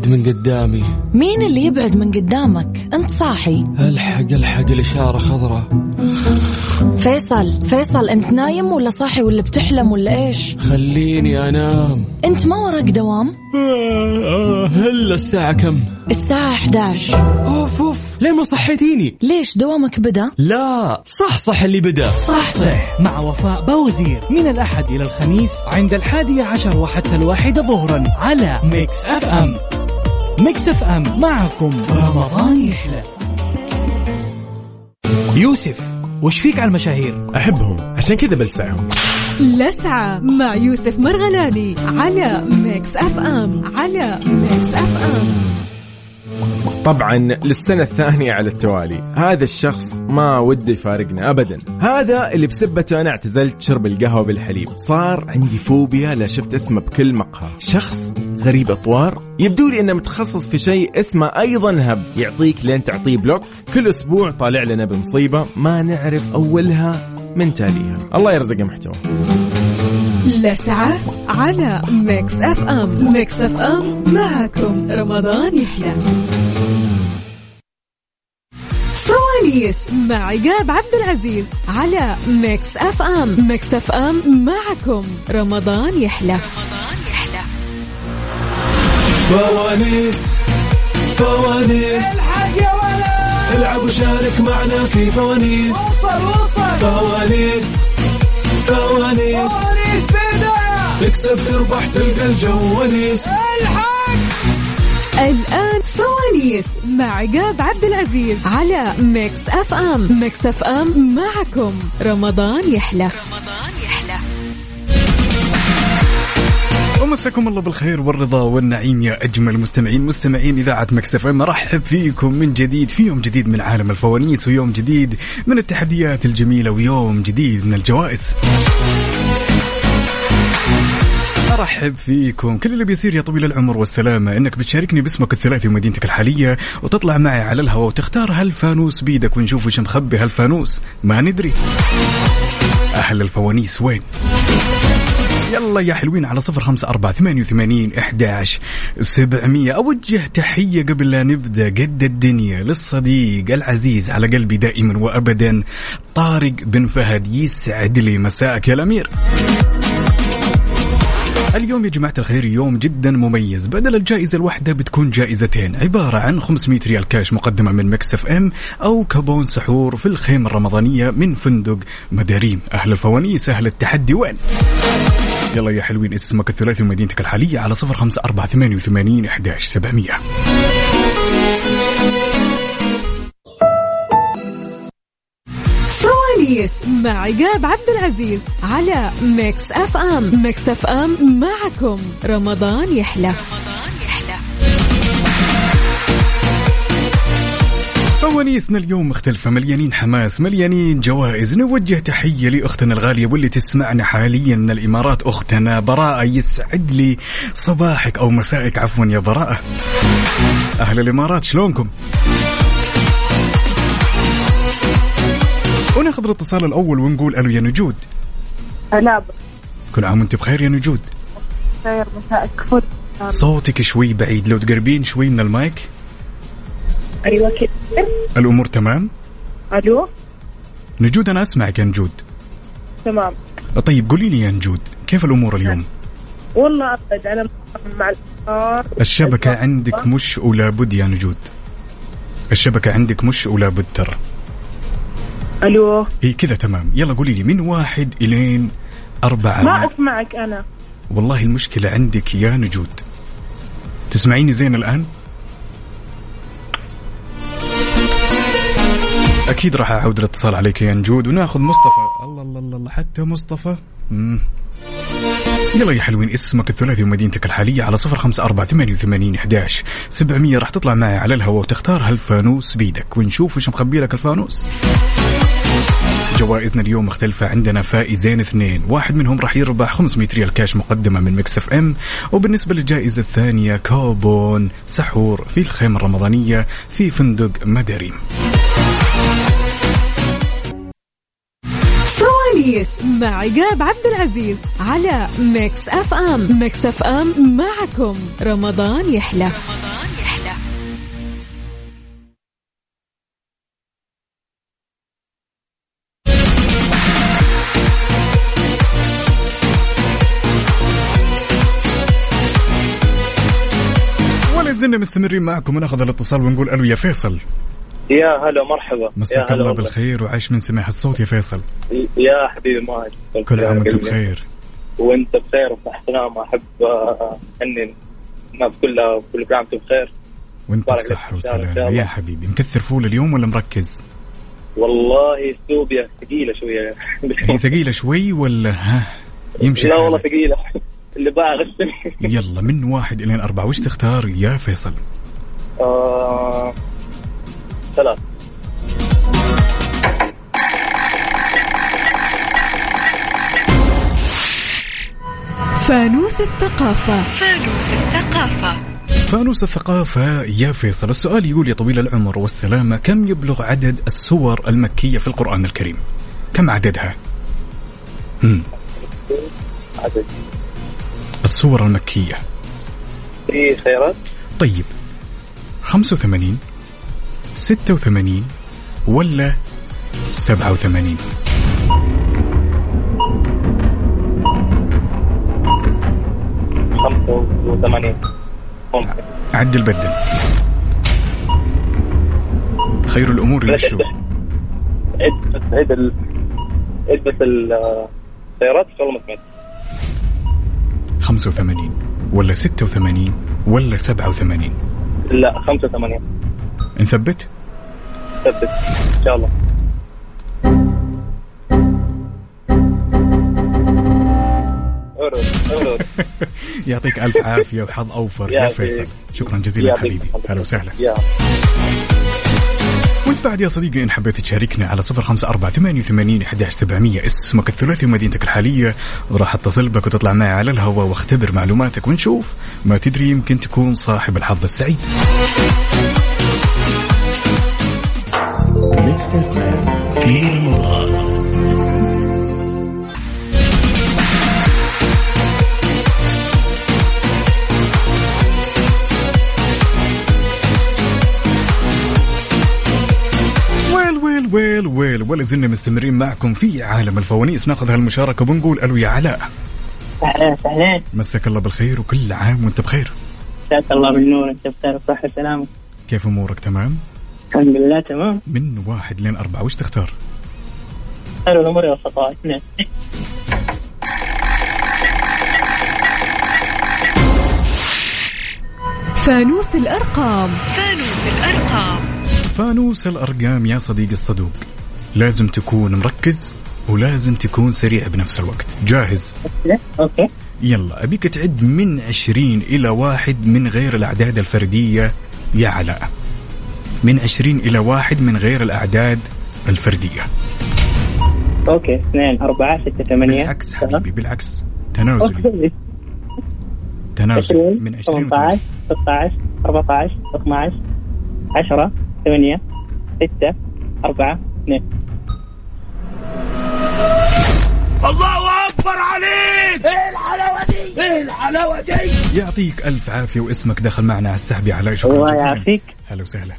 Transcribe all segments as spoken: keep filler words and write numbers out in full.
ابعد من قدامي. مين اللي يبعد من قدامك؟ انت صاحي. الحق الحق الإشارة خضراء. فيصل فيصل انت نايم ولا صاحي ولا بتحلم ولا ايش؟ خليني انام. انت ما وراك دوام؟ هلا الساعة كم؟ الساعة إحدى عشر. اوف اوف ليه ما صحيتيني؟ ليش دوامك بدأ؟ لا صح صح اللي بدأ. صح صح مع وفاء بوزير من الأحد إلى الخميس عند الحادية عشر وحتى الواحدة ظهرا على ميكس أف أم. ميكس أف أم معكم رمضان يحلى. يوسف وش فيك على المشاهير؟ أحبهم عشان كذا بلسعهم. لسعة مع يوسف مرغلاني على ميكس أف أم. على ميكس أف أم. طبعا للسنة الثانية على التوالي هذا الشخص ما ودي يفارقنا أبدا. هذا اللي بسبته أنا اعتزلت شرب القهوة بالحليب. صار عندي فوبيا لا شفت اسمه بكل مقهى. شخص غريب أطوار يبدو لي أنه متخصص في شيء اسمه أيضا هب. يعطيك لين تعطيه بلوك. كل أسبوع طالع لنا بمصيبة ما نعرف أولها من تاليها. الله يرزقه محتوى. لسعة على ميكس أف أم. ميكس أف أم معكم رمضان يحلى. فوانيس مع عقاب عبد العزيز على ميكس أف أم. ميكس أف أم معكم رمضان يحلى. فوانيس فوانيس الحق يا ولد العب وشارك معنا في فوانيس. وصل وصل فوانيس فوانيس تكسب تربح تلقى الجوانيس. الحق الآن فوانيس مع عقاب عبد العزيز على ميكس أف أم. ميكس أف أم معكم رمضان يحلى. ومساكم الله بالخير والرضا والنعيم يا أجمل مستمعين مستمعين إذاعة ميكس أف أم. مرحب فيكم من جديد في يوم جديد من عالم الفوانيس ويوم جديد من التحديات الجميلة ويوم جديد من الجوائز. أرحب فيكم كل اللي بيصير يا طويل العمر والسلامة إنك بتشاركني باسمك الثلاثي ومدينتك الحالية وتطلع معي على الهواء وتختار هالفانوس بيدك ونشوف وش مخبي هالفانوس. ما ندري أهل الفوانيس وين. يلا يا حلوين على صفر خمسة أربعة ثمانية وثمانين إحداش سبعمية. أوجه تحية قبل لا نبدأ قد الدنيا للصديق العزيز على قلبي دائما وأبدا طارق بن فهد. يسعد لي مساءك يا الأمير. اليوم يا جماعة الخير يوم جدا مميز. بدل الجائزة الواحدة بتكون جائزتين عبارة عن خمسمائة ريال كاش مقدمة من ميكس أف أم أو كابون سحور في الخيمة الرمضانية من فندق مداريم. أهل الفوانيس أهل التحدي وين؟ يلا يا حلوين اسمك الثلاثي ومدينتك الحالية على صفر خمسة أربعة ثمانية وثمانين إحداش سبعمية. فوانيس مع عقاب عبد العزيز على ميكس أف أم. ميكس أف أم معكم رمضان يحلى. فوانيسنا اليوم مختلفة مليانين حماس مليانين جوائز. نوجه تحية لأختنا الغالية واللي تسمعنا حاليا من الإمارات أختنا براءة. يسعد لي صباحك أو مسائك عفوا يا براءة. أهل الإمارات شلونكم؟ وناخذ الاتصال الأول ونقول ألو يا نجود. هلا كل عام وانت بخير يا نجود. خير مساءك فل. صوتك شوي بعيد لو تقربين شوي من المايك. أيوة كده. الأمور تمام؟ ألو نجود أنا أسمعك يا نجود. تمام. طيب قولي لي يا نجود كيف الأمور اليوم؟ والله أبد أنا مع الأخبار. الشبكة عندك مش ولا بد يا نجود. الشبكة عندك مش ولا بد ترى. ألو إيه كذا تمام. يلا قولي لي من واحد إلين أربعة. ما أسمعك أنا. والله المشكلة عندك يا نجود. تسمعيني زين الآن؟ أكيد راح أعود الاتصال عليك يا نجود وناخذ مصطفى. الله الله الله حتى مصطفى. مم. يلا يا حلوين اسمك الثلاثي ومدينتك الحالية على صفر خمسة أربعة ثمانية وثمانين إحداش سبعمية. راح تطلع معي على الهواء وتختار هالفانوس بيدك ونشوف وش مخبي لك الفانوس. جوائزنا اليوم مختلفة. عندنا فائزين اثنين. واحد منهم راح يربح خمسمائة ريال كاش مقدمة من ميكس أف أم. وبالنسبة للجائزة الثانية كابون سحور في الخيمة الرمضانية في فندق مداريم. فوانيس مع عقاب عبد العزيز على ميكس أف أم. ميكس أف أم معكم رمضان يحلى. زلنا مستمرين معكم وناخذ الاتصال ونقول الو يا فيصل. يا هلا مرحبا. مساك الله بالخير وعاش من سماح الصوت يا فيصل. يا حبيبي ماهر كل عام وانت بخير. وانت بخير وصحة سلامة. احب اني الناس كلها كل عام بخير وانت بصحة وسلامة يا حبيبي. مكثر فول اليوم ولا مركز؟ والله السوبيا ثقيلة شوية. هي ثقيلة شوي ولا ها يمشي؟ لا والله ثقيلة اللي باع غشني. يلا من واحد إلى أربعة وش تختار يا فيصل؟ آه... ثلاث. فانوس الثقافة. فانوس الثقافة. فانوس الثقافة يا فيصل. السؤال يقول يا طويل العمر والسلامة، كم يبلغ عدد السور المكية في القرآن الكريم؟ كم عددها؟ هم. عدد السور المكية. في خيارات؟ طيب خمسة وثمانين ستة وثمانين ولا سبعة وثمانين؟ خمسة وثمانين. ممكن. عدل بدل. خير الأمور للشو. عد بس عد ال عد بس الخيارات والله ما سمعت. خمسة وثمانين ولا ستة وثمانين ولا سبعة وثمانين؟ لا خمسة وثمانين. نثبت؟ ثبت إن شاء الله. يعطيك ألف عافية وحظ أوفر يا فيصل. شكرا جزيلا حبيبي. هلا وسهلا. وانت بعد يا صديقي إن حبيت تشاركنا على صفر خمسة أربعة ثمانية ثمانين أحد عشر سبعمية اسمك الثلاثي ومدينتك الحالية وراح اتصل بك وتطلع معي على الهواء واختبر معلوماتك ونشوف ما تدري يمكن تكون صاحب الحظ السعيد. في رمضان. ويل ويل ولا زلنا مستمرين معكم في عالم الفوانيس. ناخذ هالمشاركة ونقول ألو يا علاء. أهلا أهلا. مساك الله بالخير وكل عام وانت بخير. مساك الله بالنور. انت بخير وصحة وسلامة. كيف أمورك؟ تمام الحمد لله تمام. من واحد لين أربعة وش تختار؟ حلو الأمور والخطوات. اثنين. فانوس الأرقام. فانوس الأرقام. فانوس الأرقام يا صديقي الصدوق لازم تكون مركز ولازم تكون سريع بنفس الوقت. جاهز؟ أوكي. يلا أبيك تعد من عشرين إلى واحد من غير الأعداد الفردية يا علاء. من عشرين إلى واحد من غير الأعداد الفردية. أوكي. اثنين أربعة ستة ثمانية. بالعكس حبيبي بالعكس. تنازلي. تنازل من عشرين. ثمانية عشر ستة عشر أربعة عشر اثنا عشر عشرة ثمانية ستة أربعة اثنين. الله أكبر عليك. إيه الحلاوة دي؟ إيه الحلاوة دي؟ يعطيك ألف عافية واسمك دخل معنا على السحب يا علاء. شكرا الله جزيلا. يعافيك. هلا وسهلا.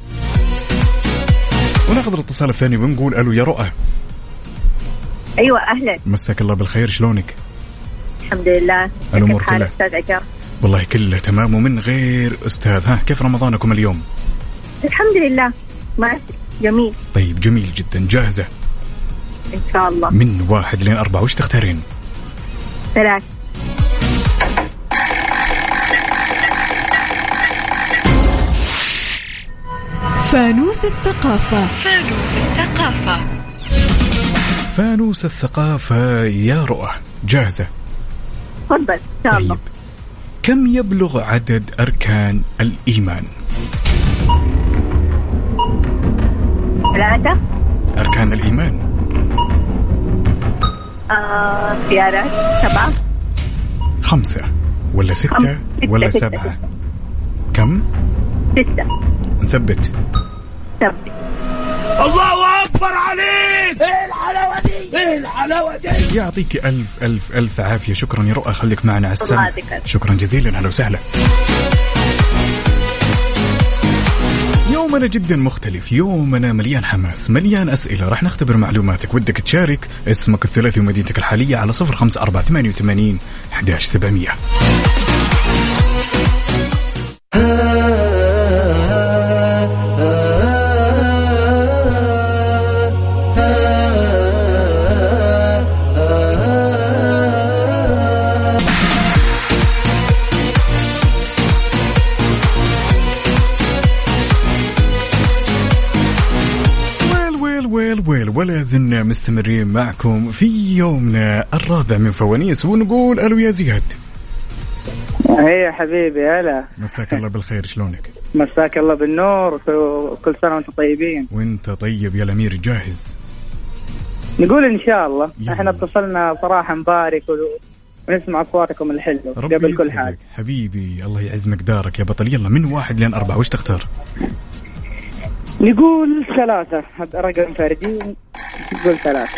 وناخذ الاتصال الثاني ونقول ألو يا رؤى. أيوة أهلا. مساك الله بالخير. شلونك؟ الحمد لله. الأمور كلها أستاذ عقاب؟ والله كله تمام ومن غير أستاذ. ها كيف رمضانكم اليوم؟ الحمد لله ماشي جميل. طيب جميل جدا. جاهزة؟ إن شاء الله. من واحد لين أربعة وش تختارين؟ ثلاث. فانوس الثقافة. فانوس الثقافة. فانوس الثقافة يا رؤى. جاهزة؟ تفضل إن شاء الله. طيب كم يبلغ عدد أركان الإيمان؟ ثلاثة. أركان الإيمان. آه خيارات. سبعة. خمسة ولا ستة خمسة. ولا ستة. سبعة ستة. كم؟ ستة. نثبت. ثبت. الله أكبر عليك. إيه الحلاوة دي؟ إيه الحلاوة دي؟ يعطيك ألف ألف ألف عافية. شكرا يا رؤى. خليك معنا على السمع. شكرا جزيلا. هلا وسهلا. يومنا جدا مختلف. يومنا مليان حماس مليان أسئلة. راح نختبر معلوماتك. ودك تشارك اسمك الثلاثي ومدينتك الحالية على صفر خمسة أربعة ثمانية ثمانين أحد عشر سبعمية. ولا زلنا مستمرين معكم في يومنا الرابع من فوانيس ونقول ألو يا زياد. هي يا حبيبي هلا. مساك الله بالخير، شلونك؟ مساك الله بالنور وكل سنة وانتم طيبين. وانت طيب يا الأمير، جاهز؟ نقول إن شاء الله. يلا. احنا اتصلنا صراحة مبارك ونسمع أصواتكم الحلوة قبل كل حاجة. حبيبي الله يعز مقدارك يا بطل. يلا من واحد لين أربعة وش تختار؟ نقول ثلاثة، هذا رقم فردي. نقول ثلاثة.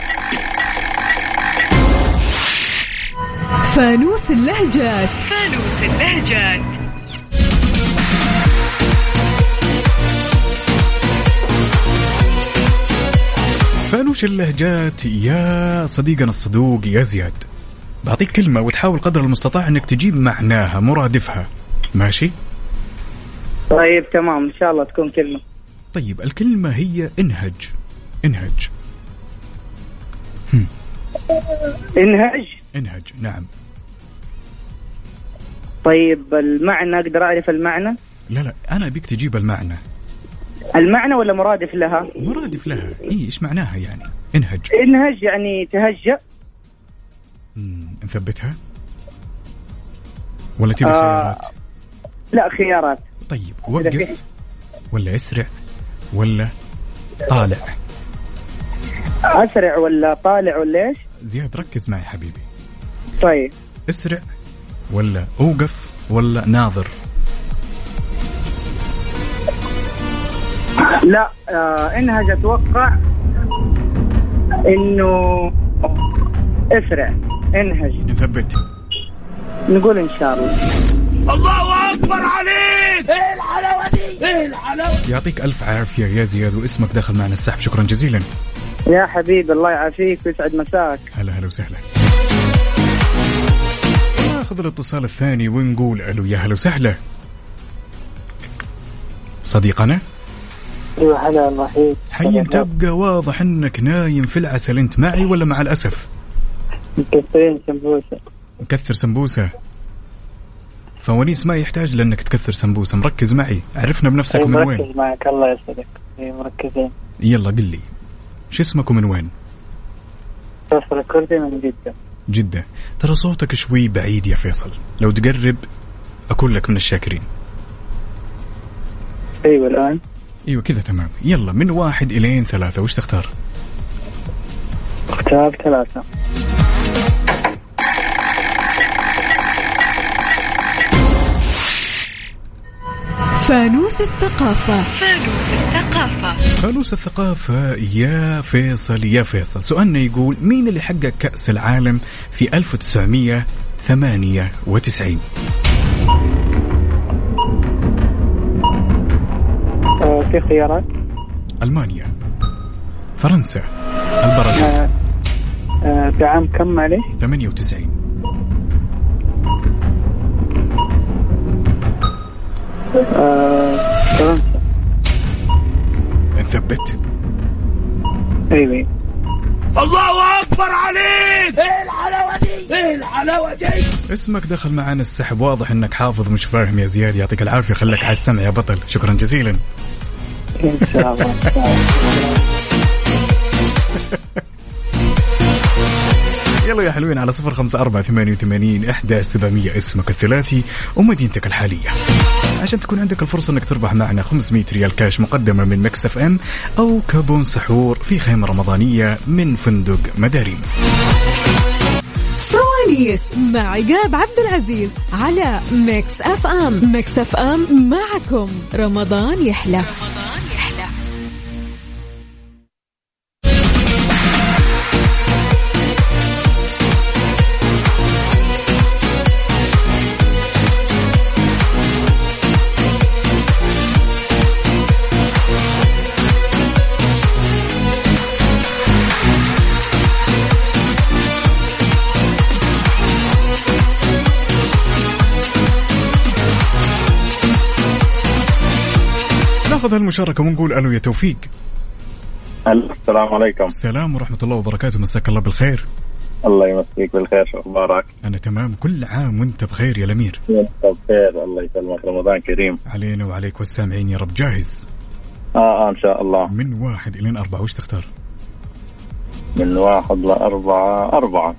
فانوس اللهجات. فانوس اللهجات. فانوس اللهجات يا صديقنا الصدوق يا زياد. بعطيك كلمة وتحاول قدر المستطاع انك تجيب معناها مرادفها، ماشي؟ طيب تمام، ان شاء الله تكون كلمة. طيب الكلمة هي انهج. انهج. هم. انهج. انهج نعم. طيب المعنى أقدر أعرف المعنى؟ لا لا أنا بيك تجيب المعنى. المعنى ولا مرادف لها؟ مرادف لها. إيه إيش معناها يعني انهج؟ انهج يعني تهجأ. مم. نثبتها ولا تبي آه خيارات؟ لا خيارات. طيب وقف ولا اسرع ولا طالع؟ أسرع ولا طالع ولا إيش؟ زياد ركز معي حبيبي. طيب اسرع ولا اوقف ولا ناظر؟ لا آه انهج اتوقع انه اسرع. انهج. نثبت. نقول ان شاء الله. الله اكبر عليك. ايه الحلاوه دي؟ ايه الحلاوه؟ يعطيك الف عافيه يا زياد واسمك داخل معنا السحب. شكرا جزيلا يا حبيبي، الله يعافيك ويسعد مساك. هلا هلا وسهلا. ناخذ الاتصال الثاني ونقول الو يا هلا وسهلا. صديقنا ايوه هلا الله يحييك. حي. تبقى واضح انك نايم في العسل. انت معي ولا مع الاسف؟ مكثرين سمبوسه. مكثر سمبوسه. فوانيس ما يحتاج لانك تكثر سمبوسه. مركز معي، عرفنا بنفسك من وين. مركز معك الله يسعدك. مركزين. يلا قل لي شو اسمك ومن وين؟ فيصل الكردي من جدة. جدة. ترى صوتك شوي بعيد يا فيصل، لو تقرب أكون لك من الشاكرين. أيوة الآن. أيوة كذا تمام. يلا من واحد إلين ثلاثة وش تختار؟ اختار ثلاثة. فانوس الثقافة. فانوس الثقافة. فانوس الثقافة يا فيصل. يا فيصل سؤالنا يقول مين اللي حقق كأس العالم في ألف وتسعمية وثمانية وتسعين؟ آه في خيارات. ألمانيا، فرنسا، البرازيل. آه آه بعام كم معلش؟ ثمانية وتسعين. آه فرنسا. نثبت. ايوه. الله اكبر عليك. ايه الحلاوه دي؟ ايه الحلاوه دي؟ اسمك دخل معنا السحب. واضح انك حافظ مش فاهم يا زياد. يعطيك العافيه، خليك على السمع يا بطل. شكرا جزيلا. ان شاء الله. يلا يا حلوين على صفر خمسة أربعة ثمانية وثمانين إحدى سبعمية اسمك الثلاثي ومدينتك الحالية عشان تكون عندك الفرصة أنك تربح معنا خمسمية ريال كاش مقدمة من ميكس اف ام أو كابون سحور في خيمة رمضانية من فندق مدارين. فوانيس مع عقاب عبد العزيز على ميكس اف ام. ميكس اف ام معكم رمضان يحلى. ناخذ هالمشاركة ونقول ألو يا توفيق. السلام عليكم. السلام ورحمة الله وبركاته. مساك الله بالخير. الله يمسيك بالخير. شو أخبارك؟ أنا تمام. كل عام وأنت بخير يا الأمير. وأنت بخير. الله يسلمك. رمضان كريم علينا وعليك والسامعين يا رب. جاهز؟ آه, آه إن شاء الله. من واحد إلى أربعة وش تختار؟ من واحد لأربعة أربعة.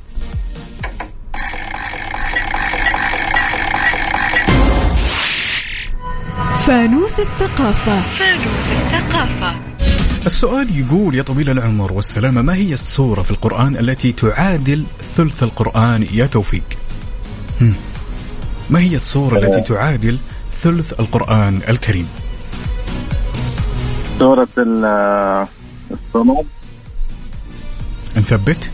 فانوس الثقافة. فانوس الثقافة. السؤال يقول يا طويل العمر والسلامة، ما هي السورة في القرآن التي تعادل ثلث القرآن يا توفيق؟ هم. ما هي السورة التي تعادل ثلث القرآن الكريم؟ سورة الصمد. نثبت؟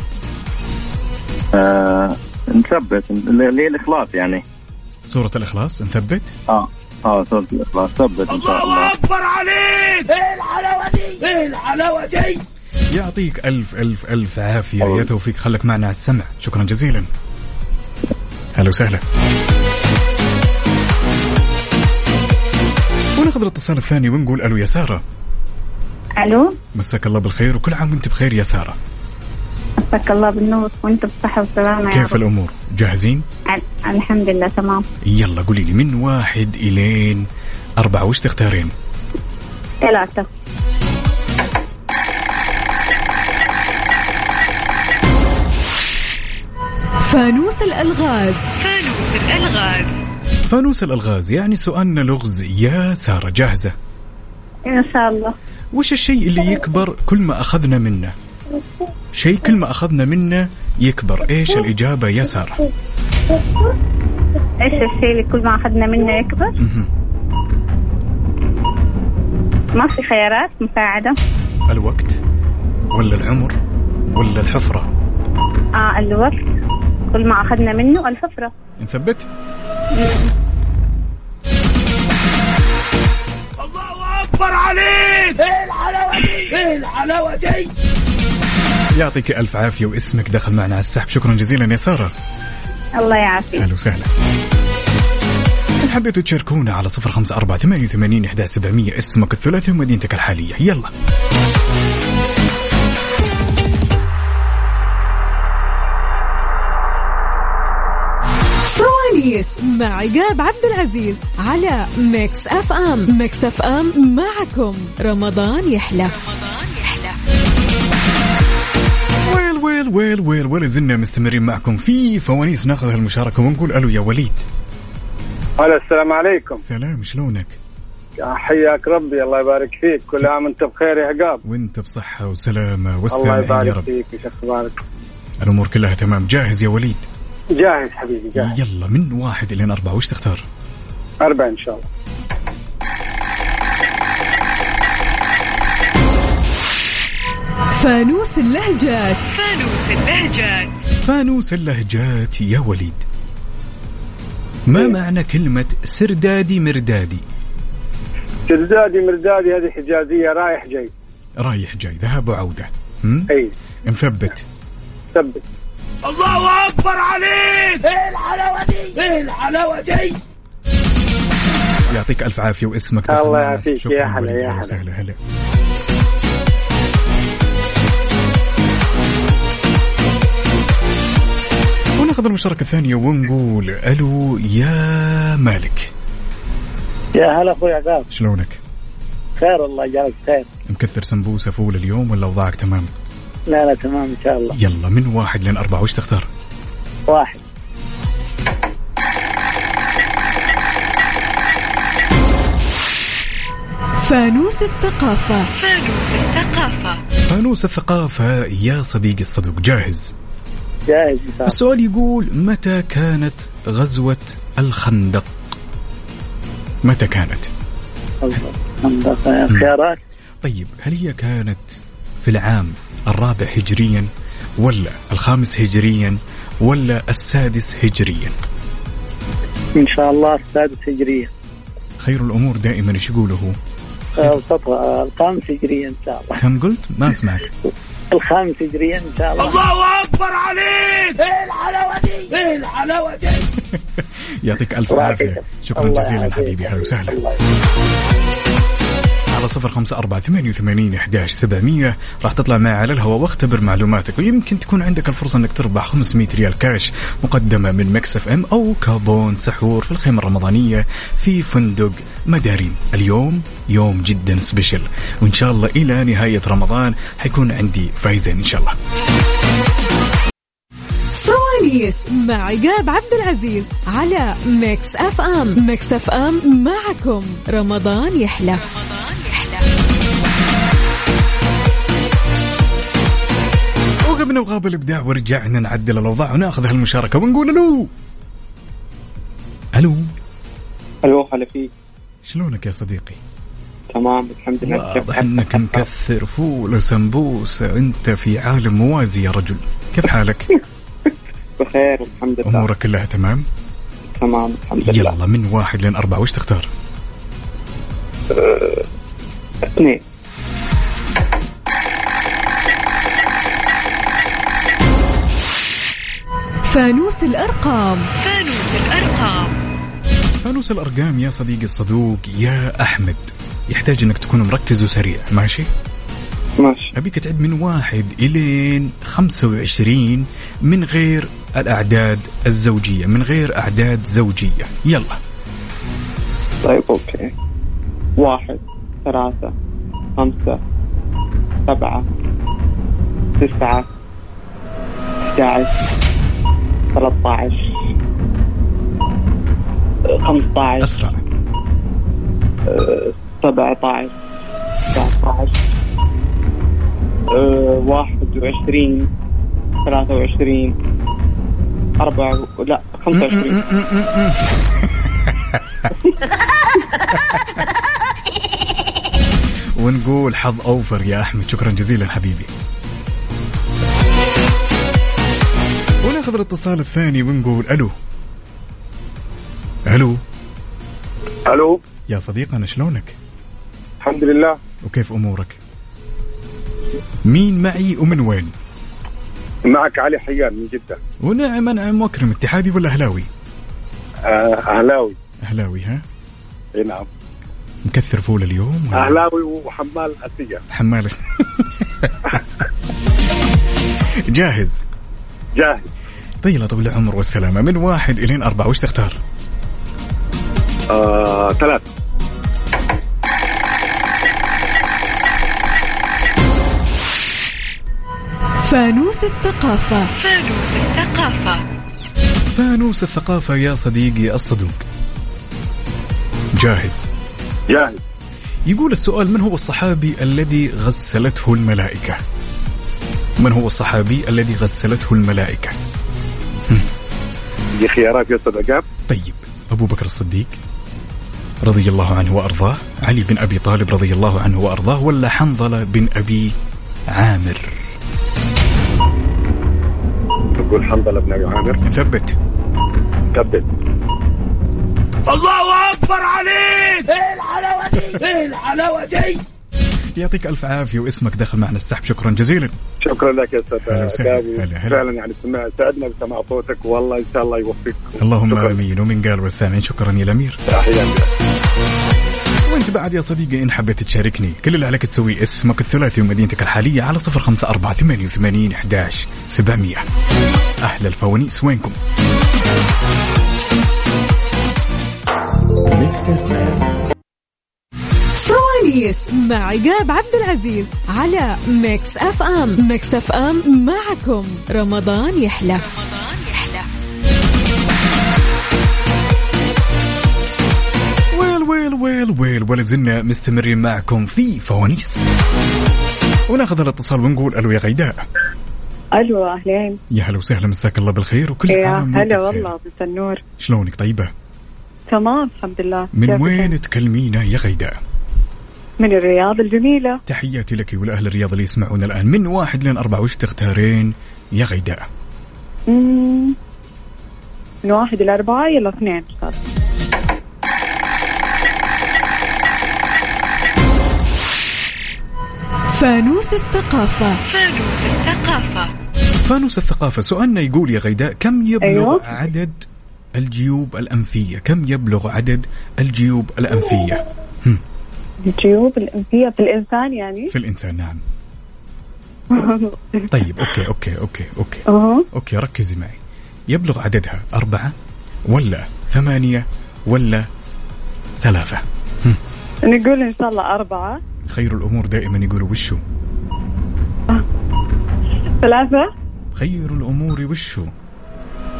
آه، نثبت اللي هي الإخلاص يعني. سورة الإخلاص نثبت؟ آه آه سورة الإخلاص ثبت إن شاء الله. الله أكبر عليك. إيه الحلاوة دي؟ إيه الحلاوة دي؟ يعطيك ألف ألف ألف عافية يا توفيق، خلك معنا على السمع، شكرا جزيلا. هلا وسهلا. وناخذ الاتصال الثاني ونقول ألو يا سارة. ألو، مساك الله بالخير وكل عام وانت بخير يا سارة. مساك الله بالنور وانت بصحة وسلامة. كيف الأمور؟ جاهزين؟ الحمد لله تمام. يلا قولي لي من واحد إلين أربعة وش تختارين؟ ثلاثة. فانوس الألغاز. فانوس الألغاز. فانوس الألغاز يعني سؤالنا لغز يا سارة، جاهزة؟ إن شاء الله. وش الشيء اللي يكبر كل ما أخذنا منه؟ شيء كل ما أخذنا منه يكبر، إيش الإجابة يا سارة؟ إيش الشيء اللي كل ما أخذنا منه يكبر؟ ما في خيارات مساعدة؟ الوقت ولا العمر ولا الحفرة؟ آه الوقت، كل ما أخذنا منه الحفرة. نثبت؟ الله أكبر عليك. إيه الحلاوة دي؟ إيه الحلاوة دي؟ يعطيك ألف عافية واسمك دخل معنا على السحب، شكرا جزيلا يا سارة. الله يعافيك. أهلا وسهلا. إن حبيتوا تشاركونا على صفر خمسة أربعة ثمانية وثمانين إحدى سبعمية، اسمك الثلاثي ومدينتك الحالية. يلا فوانيس مع عقاب عبد العزيز على ميكس اف ام. ميكس اف ام معكم رمضان يحلى. ويل ويل ويل ويل ويل زلنا مستمرين معكم في فوانيس. ناخذ هالمشاركة ونقول ألو يا وليد. هلا السلام عليكم. سلام، شلونك؟ حياك ربي، الله يبارك فيك، كل عام وانت بخير يا عقاب. وانت بصحة وسلامة والسلام. الله يبارك يا رب. فيك، وش اخبارك؟ الأمور كلها تمام. جاهز يا وليد؟ جاهز حبيبي جاهز. يلا من واحد إلى أربعة وش تختار؟ أربعة إن شاء الله. فانوس اللهجات. فانوس اللهجات. فانوس اللهجات يا وليد، ما إيه؟ معنى كلمة سردادي مردادي؟ سردادي مردادي هذه حجازية، رايح جاي. رايح جاي، ذهاب وعودة. اي مثبت؟ ثبت. الله أكبر عليك. إيه الحلاوة دي؟ إيه الحلاوة دي؟ يعطيك ألف عافية واسمك. الله يعافيك يا حلا يا حلا. سهلا هلا. وناخذ المشاركة الثانية ونقول ألو يا مالك. يا هلا أخوي عقاب، شلونك؟ خير الله يجعلك خير. مكثر سمبوسة فول اليوم ولا وضعك تمام؟ لا لا تمام إن شاء الله. يلا من واحد لين أربعة وش تختار؟ واحد. فانوس الثقافة. فانوس الثقافة. فانوس الثقافة يا صديقي الصدوق، جاهز؟ جاهز. السؤال يقول متى كانت غزوة الخندق؟ متى كانت؟ الخندق خيارات. طيب هل هي كانت في العام الرابع هجريا ولا الخامس هجريا ولا السادس هجريا؟ إن شاء الله السادس هجريا. خير الأمور دائما ايش يقوله؟ الخامس هجريا إن شاء الله. كم قلت؟ ما أسمعك. الخامس هجريا إن شاء الله. الله أكبر عليك. إيه الحلاوة دي؟ إيه الحلاوة دي؟ يعطيك ألف عافية، شكرا جزيلا حبيبي. هلا وسهلا. على صفر خمسة أربعة ثمانية وثمانين إحداش سبعمية راح تطلع معي على الهواء واختبر معلوماتك، ويمكن تكون عندك الفرصة أنك تربح خمسمية ريال كاش مقدمة من ميكس اف ام أو كابون سحور في الخيمة الرمضانية في فندق مدارين. اليوم يوم جدا سبيشل، وإن شاء الله إلى نهاية رمضان حيكون عندي فايزين إن شاء الله. فوانيس مع عقاب عبد العزيز على ميكس اف ام. ميكس اف ام معكم رمضان يحلى. وغبنا وغاب الابداع ورجعنا نعدل الاوضاع وناخذ هالمشاركه ونقول الو الو الو هلا فيك. شلونك يا صديقي؟ تمام الحمد لله. واضح انك مكثر فول وسمبوسه، انت في عالم موازي يا رجل. كيف حالك؟ بخير الحمد لله. امورك كلها تمام؟ تمام الحمد لله. يلا من واحد لين أربعة وش تختار؟ أه... اثنين. فانوس الأرقام. فانوس الأرقام. فانوس الأرقام يا صديقي الصدوق يا أحمد يحتاج أنك تكون مركز وسريع. ماشي؟ ماشي. أبيك تعد من واحد إلين خمسة وعشرين من غير الأعداد الزوجية، من غير أعداد زوجية. يلا. طيب أوكي. واحد، ثلاثة، خمسة، سبعة، تسعة، أحد عشر، ثلاثة عشر، خمسة عشر، أسرع، سبعة عشر، تسعة عشر، واحد وعشرين، ثلاثة وعشرين، أربعة، لا خمسة وعشرين. ونقول حظ أوفر يا أحمد. شكرا جزيلا حبيبي. وناخذ الاتصال الثاني ونقول ألو. ألو ألو يا صديقنا شلونك؟ الحمد لله. وكيف أمورك؟ مين معي ومن وين؟ معك علي حيان من جدة. ونعم أنعم وأكرم. اتحادي ولا أهلاوي؟ آه أهلاوي. أهلاوي ها؟ إيه نعم. مكثر فول اليوم؟ أهلاوي وحمال أسية. حمال جاهز؟ جاهز. طيب طول العمر والسلامة. من واحد إلين أربعة وش تختار؟ آه، ثلاثة. فانوس الثقافة. فانوس الثقافة. فانوس الثقافة يا صديقي الصدوق. جاهز؟ جاهز. يقول السؤال: من هو الصحابي الذي غسلته الملائكة؟ من هو الصحابي الذي غسلته الملائكة؟ دي خيارات يا أستاذ عقاب. طيب، أبو بكر الصديق رضي الله عنه وأرضاه، علي بن أبي طالب رضي الله عنه وأرضاه، ولا حنظلة بن أبي عامر؟ نقول حنظلة بن أبي عامر. نثبت. ثبت. الله أكبر عليك. إيه الحلاوة دي؟ إيه الحلاوة دي؟ يعطيك ألف عافية واسمك دخل معنا السحب. شكرا جزيلا. شكرا لك يا أستاذ عقاب. فعلا يعني سمع سعدنا بسماع صوتك والله إن شاء الله يوفقك. اللهم آمين. ومن قال والسامعين شكرا يا الأمير. تحياتي. وانت بعد يا صديقي إن حبيت تشاركني كل اللي عليك تسوي اسمك الثلاثي ومدينتك الحالية على صفر خمسة أربعة ثمانية ثمانية واحد واحد سبعمية. أهل الفوانيس وينكم؟ فوانيس مع عقاب عبد العزيز على ميكس اف ام. ميكس اف ام معكم رمضان يحلى. ويل ويل ويل ويل ولا زلنا مستمرين معكم في فوانيس. وناخذ الاتصال ونقول الو يا غيداء. الو اهلين. يا هلا وسهلا، مساك الله بالخير وكل عام يا هلا والله بالنور. شلونك؟ طيبة؟ تمام الحمد لله. من وين تكلمينا يا غيداء؟ من الرياض الجميلة. تحياتي لك ولأهل الرياض اللي يسمعون الآن. من واحد لين أربعة وش تختارين يا غيداء؟ مم. من واحد إلى أربعة. يلا اثنين. فانوس الثقافة. فانوس الثقافة. فانوس الثقافة. سؤالنا يقول يا غيداء: كم يبلغ أيوه؟ عدد الجيوب الأنفية؟ كم يبلغ عدد الجيوب الأنفية؟ هم. الجيوب الأنفية في الإنسان يعني؟ في الإنسان نعم. طيب أوكي أوكي أوكي أوكي أوه. أوكي ركزي معي. يبلغ عددها أربعة ولا ثمانية ولا ثلاثة؟ هم. نقول إن شاء الله أربعة. خير الأمور دائما يقولوا وشو؟ ثلاثة. خير الأمور وشو؟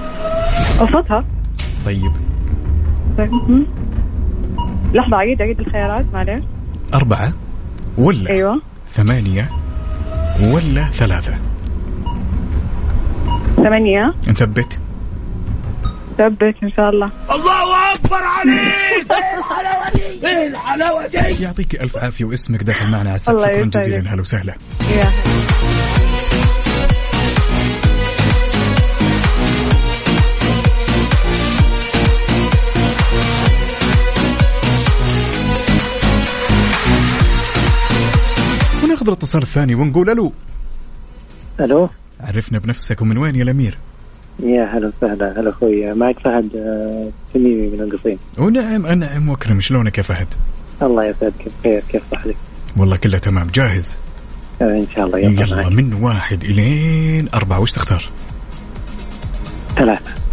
وسطها. طيب طيب م- لحظة، عيد عيد الخيارات معلش. أربعة ولا أيوة ثمانية ولا ثلاثة؟ ثمانية. نثبت ثبت إن شاء الله. الله أكبر عليك. ايه الحلاوة دي، ايه الحلاوة دي. يعطيك ألف عافية واسمك داخل معنا على السحب. شكرا جزيلا. هلا وسهلا. يا وناخذ الاتصال الثاني ونقول ألو. ألو، عرفنا بنفسك ومن وين يا الأمير؟ يا هلا وسهلا. هلا أخوي، معك فهد تميمي من القصيم. ونعم أنعم وأكرم. شلونك يا فهد؟ الله يسعدك بخير، كيف صحتك؟ والله كله تمام. جاهز؟ آه إن شاء الله. يلا, يلا من واحد إلين أربعة وش تختار؟ ثلاثة.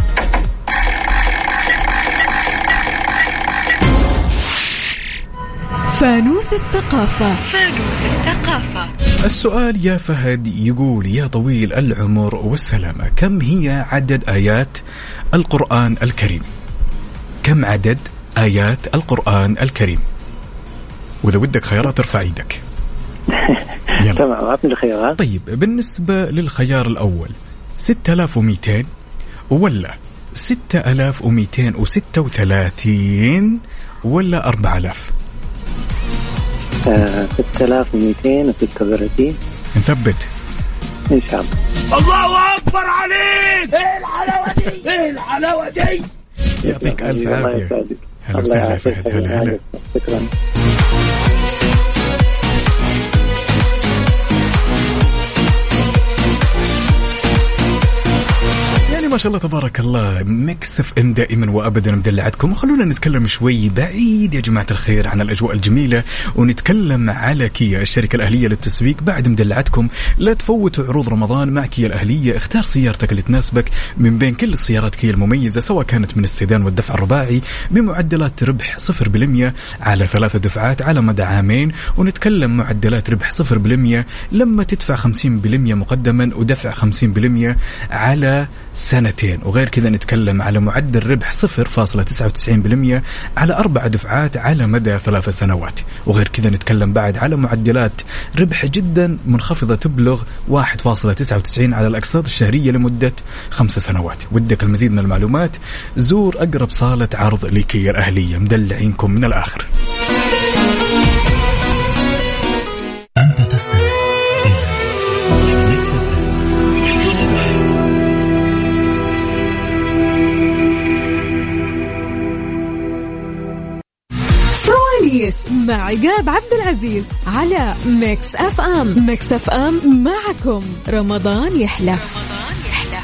فانوس الثقافة. فانوس الثقافة. السؤال يا فهد يقول: يا طويل العمر والسلامة، كم هي عدد آيات القرآن الكريم؟ كم عدد آيات القرآن الكريم؟ وإذا ودك خيارات ارفع ايدك. تمام، أعطني الخيارات. طيب بالنسبة للخيار الأول ستة آلاف ومئتين ولا ستة آلاف ومئتين وستة وثلاثين ولا أربعة آلاف؟ ستة آلاف ومئتين وستة وثلاثين. نثبت إن شاء الله. الله أكبر عليك. إيه الحلاوة دي، إيه الحلاوة دي. يعطيك ألف عافية. هلا وسهلا فهد. هلا هلا. شكرا. ما شاء الله تبارك الله، ميكس اف ام دائما وابدا مدلعتكم. وخلونا نتكلم شوي بعيد يا جماعه الخير عن الاجواء الجميله، ونتكلم على كيا الشركه الاهليه للتسويق. بعد مدلعتكم لا تفوتوا عروض رمضان مع كيا الاهليه. اختار سيارتك اللي تناسبك من بين كل السيارات كيا المميزه، سواء كانت من السيدان والدفع الرباعي بمعدلات ربح صفر بالمية على ثلاثة دفعات على مدى عامين. ونتكلم معدلات ربح صفر بالمية لما تدفع خمسين بالمية مقدما ودفع خمسين بالمية على سنتين. وغير كذا نتكلم على معدل ربح صفر فاصلة تسعة وتسعين بالمية على أربع دفعات على مدى ثلاث سنوات. وغير كذا نتكلم بعد على معدلات ربح جدا منخفضة تبلغ واحد فاصلة تسعة وتسعين على الأقساط الشهرية لمدة خمس سنوات. ودك المزيد من المعلومات زور أقرب صالة عرض لكيا الأهلية. مدلعينكم من الآخر. أنت تستمع إلى ميكس اف ام. مع عقاب عبد العزيز على ميكس اف ام. ميكس اف ام معكم رمضان يحلى. رمضان يحلى.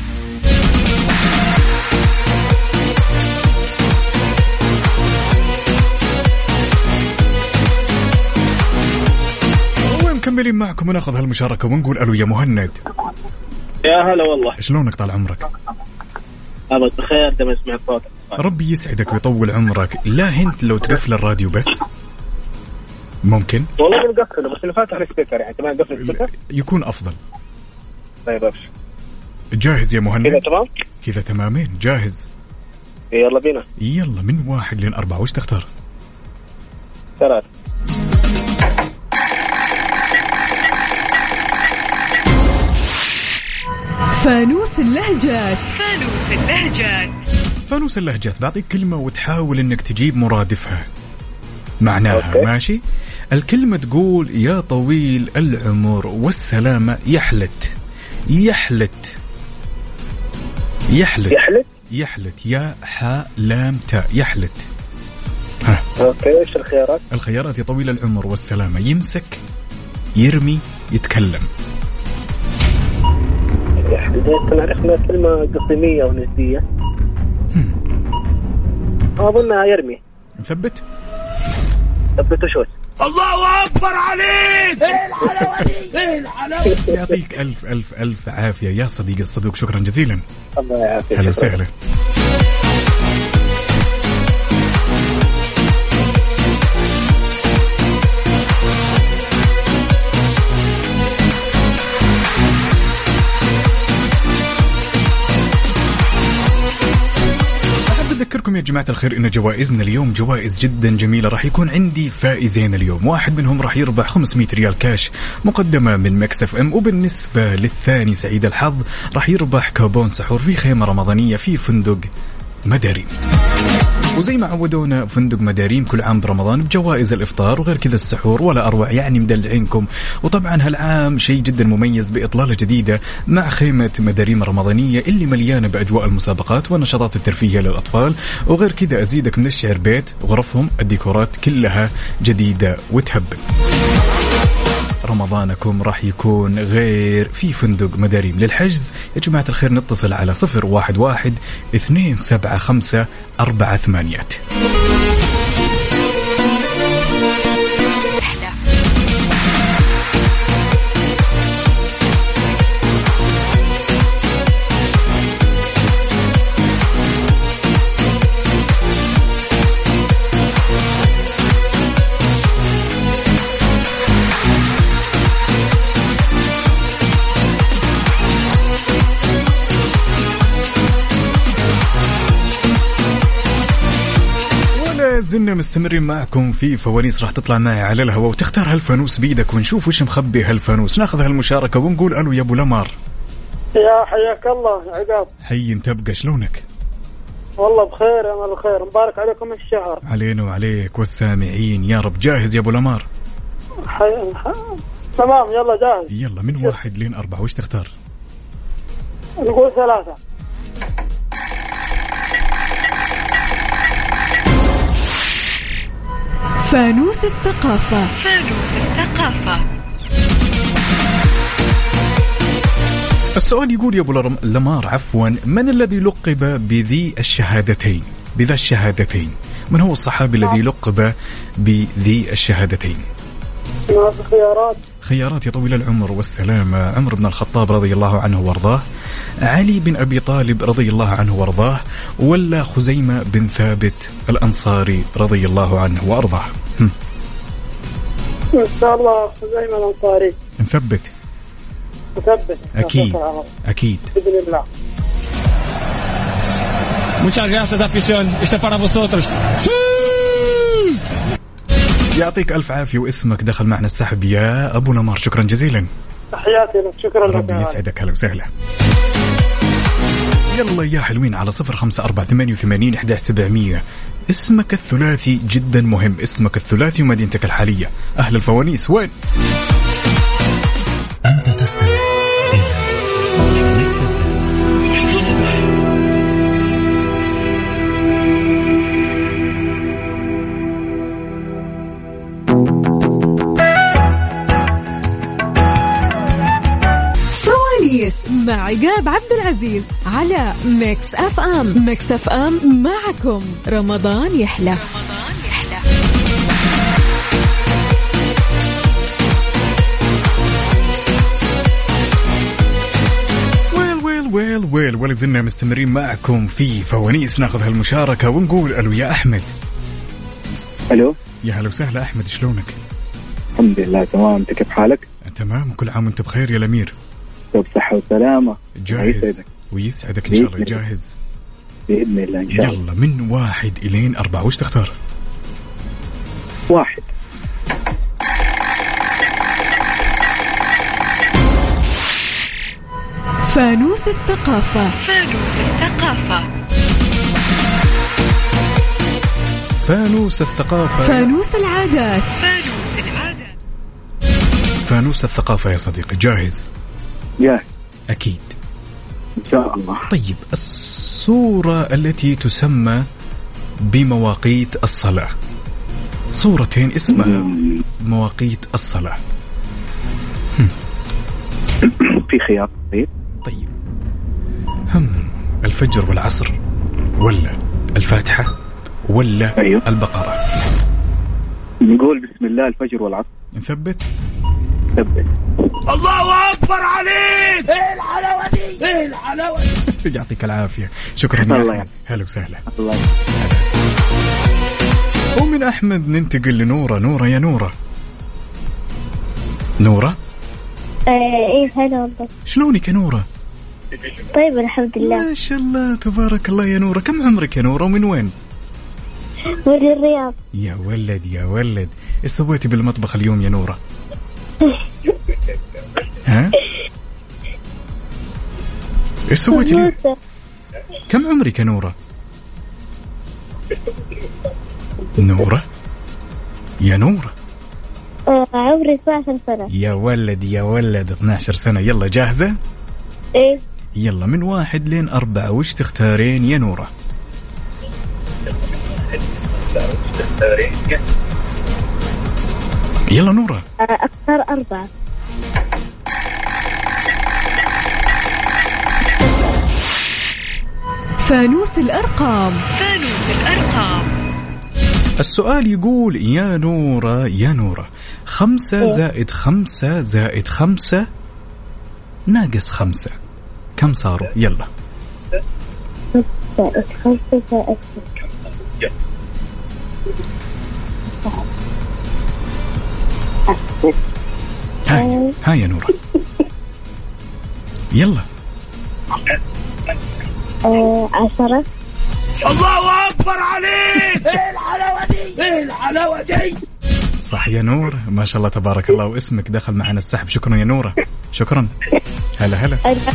ومكملين معكم وناخذ هالمشاركة ونقول ألو يا مهند. يا هلا والله. شلونك طال عمرك؟ أبد بخير، دم اسمع صوتك. ربي يسعدك ويطول عمرك. لا هنت لو تقفل الراديو بس ممكن. والله بنقفله بس اللي فاتح السبيكر، يعني تمام قفل السبيكر يكون أفضل. طيب أبشر. جاهز يا مهند؟ كذا تمام؟ كذا تمامين. جاهز؟ يلا بينا. يلا من واحد لين أربعة وش تختار؟ ثلاثة. فانوس اللهجات. فانوس اللهجات. فانوس اللهجات. بعطيك كلمة وتحاول انك تجيب مرادفها معناها. أوكي. ماشي. الكلمة تقول: يا طويل العمر والسلامة يحلت. يحلت يحلت يحلت يحلت يا حا لام تا. يحلت. ها. اوكي ايش الخيارات؟ الخيارات: يا طويل العمر والسلامة يمسك، يرمي، يتكلم. بداية عرفنا كلمة قصيمية ونسبية. أظنها يرمي. مثبت؟ ثبته شوي. الله أكبر عليك. إيه الحلاوة دي، إيه الحلاوة. يعطيك ألف ألف ألف عافية يا صديق الصدوق. شكرا جزيلا. الله يعافيك. هلا وسهلا. يا جماعة الخير إن جوائزنا اليوم جوائز جدا جميلة. راح يكون عندي فائزين اليوم، واحد منهم راح يربح خمسمية ريال كاش مقدمة من ميكس اف ام، وبالنسبة للثاني سعيد الحظ راح يربح كوبون سحور في خيمة رمضانية في فندق مداريم. وزي ما عودونا فندق مداريم كل عام برمضان بجوائز الإفطار وغير كذا السحور ولا أروع، يعني مدلعينكم. وطبعا هالعام شيء جدا مميز بإطلالة جديدة مع خيمة مداريم الرمضانية اللي مليانة بأجواء المسابقات والنشاطات الترفيهية للأطفال. وغير كذا أزيدك من الشعر بيت غرفهم الديكورات كلها جديدة وتهبل. رمضانكم راح يكون غير في فندق مداريم. للحجز يا جماعة الخير نتصل على صفر واحد واحد اثنين سبعة خمسة أربعة ثمانيات. زلنا مستمرين معكم في فوانيس راح تطلع معي على الهواء وتختار هالفانوس بيدك ونشوف وش مخبي هالفانوس. ناخذ هالمشاركة ونقول ألو يا أبو لمار. يا حياك الله يا عقاب. حي تبقى، شلونك؟ والله بخير يا مال الخير، مبارك عليكم الشهر. علينا وعليك والسامعين يا رب. جاهز يا أبو لمار؟ حي... حي... تمام يلا جاهز. يلا من واحد لين أربعة وش تختار؟ نقول ثلاثة. فانوس الثقافة. فانوس الثقافة. السؤال يقول يا أبو لمار عفوا، من الذي لقب بذي الشهادتين؟ بذا الشهادتين من هو الصحابي الذي لقب بذي الشهادتين؟ خيارات. خيارات يا طويل العمر والسلامة. عمر بن الخطاب رضي الله عنه وارضاه، علي بن أبي طالب رضي الله عنه وارضاه، ولا خزيمة بن ثابت الأنصاري رضي الله عنه وارضاه؟ إن شاء الله خزيمة الأنصاري. نثبت نثبت أكيد أكيد بإذن الله. Muchas gracias afición. Este para vosotros. يعطيك ألف عافية واسمك دخل معنا السحب يا أبو نمار. شكرا جزيلا. تحياتي لك. شكرا لك. ربي يسعدك. هلا وسهلا. يلا يا حلوين على صفر خمسة أربعة ثمانية وثمانين أحد عشر سبعمية. اسمك الثلاثي جدا مهم، اسمك الثلاثي ومدينتك الحالية. أهل الفوانيس وين؟ أنت تستمع إلى ميكس اف ام. مع عقاب عبد العزيز على ميكس اف ام. ميكس اف ام معكم رمضان يحلى. ويل ويل ويل ويل ولا زلنا مستمرين معكم في فوانيس. ناخذ هالمشاركة ونقول ألو يا أحمد. ألو يا هلا وسهلا أحمد، شلونك؟ الحمد لله تمام، أنت كيف حالك؟ تمام، كل عام وأنت بخير يا الأمير. بصحة وسلامة. جاهز ويسعدك إن شاء الله. جاهز بإذن الله إن شاء الله. يلا من واحد إلين أربعة وش تختار؟ واحد. فانوس الثقافة. فانوس الثقافة. فانوس الثقافة. فانوس العادات. فانوس العادات. فانوس الثقافة يا صديقي. جاهز؟ جاهز أكيد إن شاء الله. طيب الصورة التي تسمى بمواقيت الصلاة، صورتين اسمها مواقيت الصلاة. في خيار. طيب طيب هم الفجر والعصر ولا الفاتحة ولا أيوه. البقرة؟ نقول بسم الله الفجر والعصر. نثبت ثبت. الله أكبر عليك. ايه الحلاوة دي، ايه الحلاوة دي. يعطيك العافية. شكرا الله. هلا وسهلا. الله. ومن أحمد ننتقل لنورة. نورة يا نورة. نورة ايه هلا والله. شلونك يا نورة؟ طيب الحمد لله ما شاء الله تبارك الله يا نورة. كم عمرك يا نورة ومن وين؟ برج الرياض. يا ولد يا ولد، ايش سويتي بالمطبخ اليوم يا نورة؟ ها؟ ايش سويتي اليوم؟ كم عمرك يا نورة؟ نورة يا نورة. آه عمري اثنا عشر سنة. يا ولد يا ولد اثنا عشر سنة. يلا جاهزة؟ ايه. يلا من واحد لين أربعة وش تختارين يا نورة؟ يلا نورة. آه اختار أربعة. فانوس الأرقام. فانوس الأرقام. السؤال يقول يا نورة يا نورة، خمسة زائد خمسة زائد خمسة ناقص خمسة كم صاروا؟ يلا. زائد خمسة زائد هاي هاي يا نورة. يلا. آه عشرة. الله أكبر عليك. ايه الحلاوة دي، ايه الحلاوة دي. صح يا نور، ما شاء الله تبارك الله، واسمك دخل معنا السحب. شكرا يا نورة، شكرا. هلا هلا.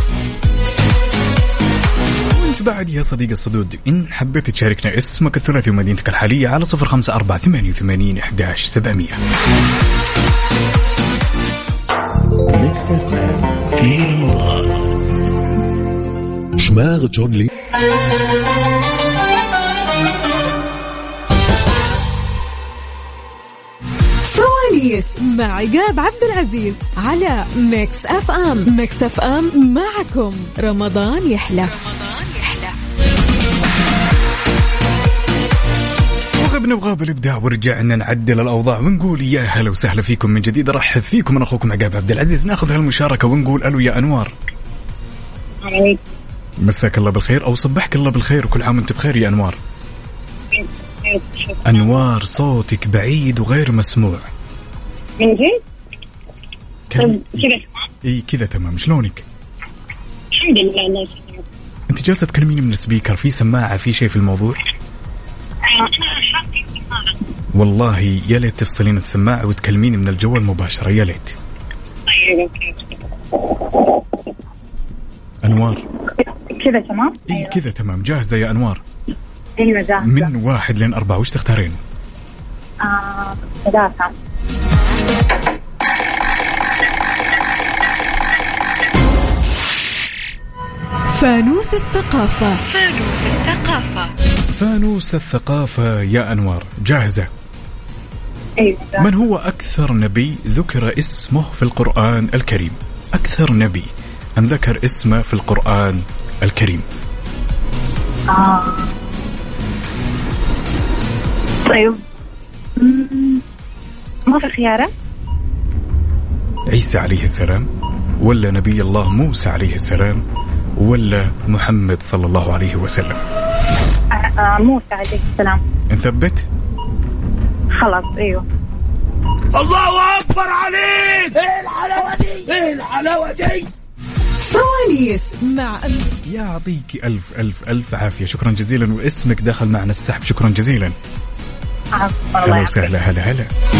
وانت بعد يا صديق الصدود، إن حبيت تشاركنا اسمك الثلاثي ومدينتك الحالية على صفر خمسة أربعة ثمانية وثمانين أحد عشر سبعمية. ميكس اف ام في رمضان. شماغ جون لي. فوانيس مع عقاب عبد العزيز على ميكس اف ام. ميكس اف ام معكم رمضان يحلى. وغبنا بغاب الإبداع ورجعنا نعدل الأوضاع ونقول يا هلا وسهلا فيكم من جديد. أرحب فيكم، أنا أخوكم عقاب عبد العزيز. ناخذ هالمشاركة ونقول ألو يا أنوار. عليك. مساك الله بالخير أو صبحك الله بالخير وكل عام وانت بخير يا أنوار. أنوار صوتك بعيد وغير مسموع. من جد؟ كذا إيه كذا تمام. شلونك؟ الحمد لله الله يسلمك. أنت جالسة تكلميني من السبيكر، في سماعة، في شيء في الموضوع؟ والله يا ليت تفصلين السماعة وتكلميني من الجوال مباشرة يا ليت. أنوار كذا تمام؟ إيه كذا تمام. جاهزة يا أنوار؟ أيوة جاهزة. من واحد لين أربعة وش تختارين؟ آه ثلاثة. فانوس الثقافة. فانوس الثقافة. فانوس الثقافة يا أنوار، جاهزة؟ أيوة. من هو أكثر نبي ذكر اسمه في القرآن الكريم؟ أكثر نبي أن ذكر اسمه في القرآن الكريم. آه. طيب ما في خيارة؟ عيسى عليه السلام، ولا نبي الله موسى عليه السلام، ولا محمد صلى الله عليه وسلم؟ آه موسى عليه السلام. نثبت؟ خلاص ايوه. الله أكبر عليك. ايه الحلاوة دي، ايه الحلاوة دي. فوانيس مع يعطيك ألف ألف ألف عافية. شكرا جزيلا، واسمك دخل معنا السحب. شكرا جزيلا. هلا وسهلا. هلا هلا.